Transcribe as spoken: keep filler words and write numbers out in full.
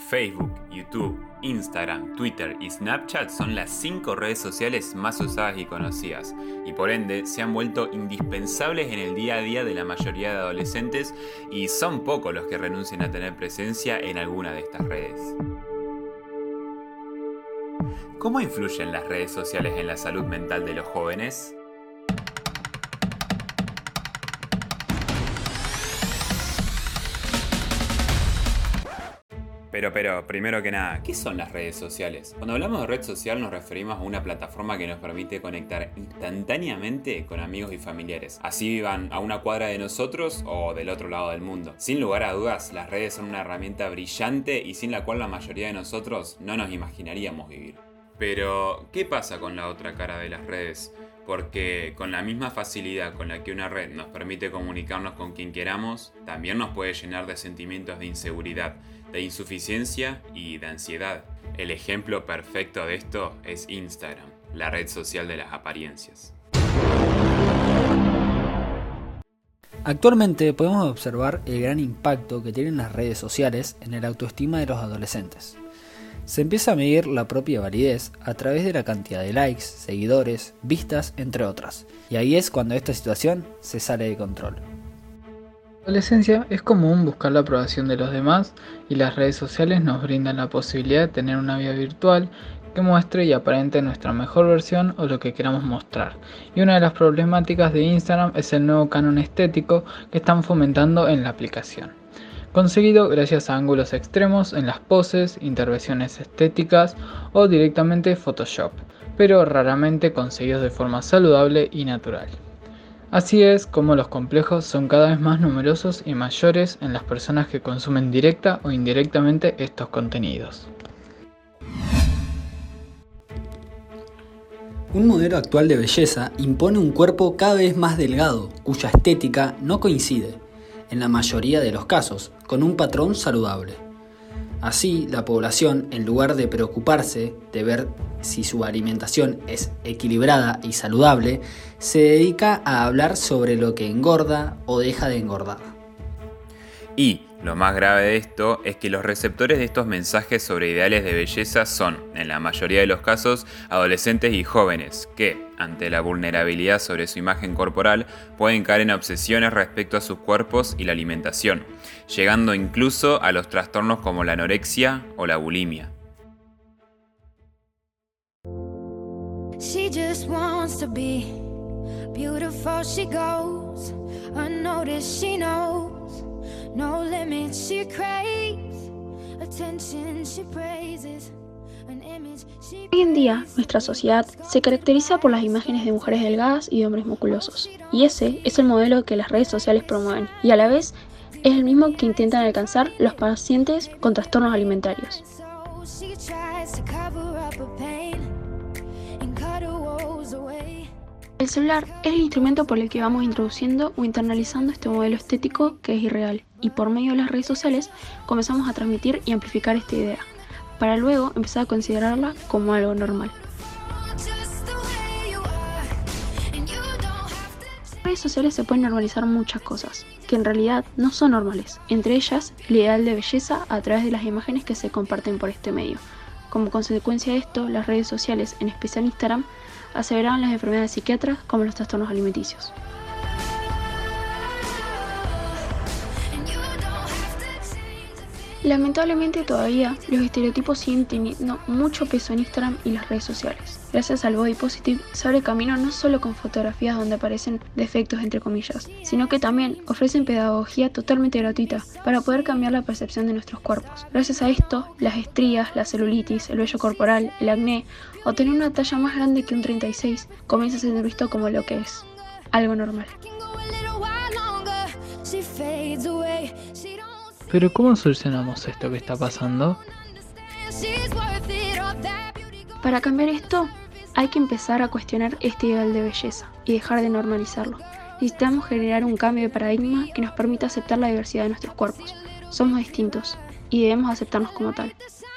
Facebook, YouTube, Instagram, Twitter y Snapchat son las cinco redes sociales más usadas y conocidas, y por ende se han vuelto indispensables en el día a día de la mayoría de adolescentes, y son pocos los que renuncian a tener presencia en alguna de estas redes. ¿Cómo influyen las redes sociales en la salud mental de los jóvenes? Pero, pero, primero que nada, ¿qué son las redes sociales? Cuando hablamos de red social nos referimos a una plataforma que nos permite conectar instantáneamente con amigos y familiares, así vivan a una cuadra de nosotros o del otro lado del mundo. Sin lugar a dudas, las redes son una herramienta brillante y sin la cual la mayoría de nosotros no nos imaginaríamos vivir. Pero, ¿qué pasa con la otra cara de las redes? Porque con la misma facilidad con la que una red nos permite comunicarnos con quien queramos, también nos puede llenar de sentimientos de inseguridad, de insuficiencia y de ansiedad. El ejemplo perfecto de esto es Instagram, la red social de las apariencias. Actualmente podemos observar el gran impacto que tienen las redes sociales en el autoestima de los adolescentes. Se empieza a medir la propia validez a través de la cantidad de likes, seguidores, vistas, entre otras. Y ahí es cuando esta situación se sale de control. En la adolescencia es común buscar la aprobación de los demás y las redes sociales nos brindan la posibilidad de tener una vida virtual que muestre y aparente nuestra mejor versión o lo que queramos mostrar. Y una de las problemáticas de Instagram es el nuevo canon estético que están fomentando en la aplicación, conseguido gracias a ángulos extremos en las poses, intervenciones estéticas o directamente Photoshop, pero raramente conseguidos de forma saludable y natural. Así es como los complejos son cada vez más numerosos y mayores en las personas que consumen directa o indirectamente estos contenidos. Un modelo actual de belleza impone un cuerpo cada vez más delgado, cuya estética no coincide, en la mayoría de los casos, con un patrón saludable. Así, la población, en lugar de preocuparse de ver si su alimentación es equilibrada y saludable, se dedica a hablar sobre lo que engorda o deja de engordar. Y lo más grave de esto es que los receptores de estos mensajes sobre ideales de belleza son, en la mayoría de los casos, adolescentes y jóvenes que, ante la vulnerabilidad sobre su imagen corporal, pueden caer en obsesiones respecto a sus cuerpos y la alimentación, llegando incluso a los trastornos como la anorexia o la bulimia. She just wants to be beautiful, she goes unnoticed, she knows no limits, she craves attention, she praises an image, she... Hoy en día, nuestra sociedad se caracteriza por las imágenes de mujeres delgadas y de hombres musculosos, y ese es el modelo que las redes sociales promueven, y a la vez es el mismo que intentan alcanzar los pacientes con trastornos alimentarios. El celular es el instrumento por el que vamos introduciendo o internalizando este modelo estético que es irreal, y por medio de las redes sociales comenzamos a transmitir y amplificar esta idea, para luego empezar a considerarla como algo normal. En redes sociales se pueden normalizar muchas cosas, que en realidad no son normales, entre ellas el ideal de belleza a través de las imágenes que se comparten por este medio. Como consecuencia de esto, las redes sociales, en especial Instagram, aseveraban las enfermedades psiquiátricas como los trastornos alimenticios. Lamentablemente todavía los estereotipos siguen teniendo mucho peso en Instagram y las redes sociales. Gracias al body positive se abre camino no solo con fotografías donde aparecen defectos entre comillas, sino que también ofrecen pedagogía totalmente gratuita para poder cambiar la percepción de nuestros cuerpos. Gracias a esto, las estrías, la celulitis, el vello corporal, el acné o tener una talla más grande que un treinta y seis comienza a ser visto como lo que es, algo normal. Pero ¿cómo solucionamos esto que está pasando? Para cambiar esto, hay que empezar a cuestionar este ideal de belleza y dejar de normalizarlo. Necesitamos generar un cambio de paradigma que nos permita aceptar la diversidad de nuestros cuerpos. Somos distintos y debemos aceptarnos como tal.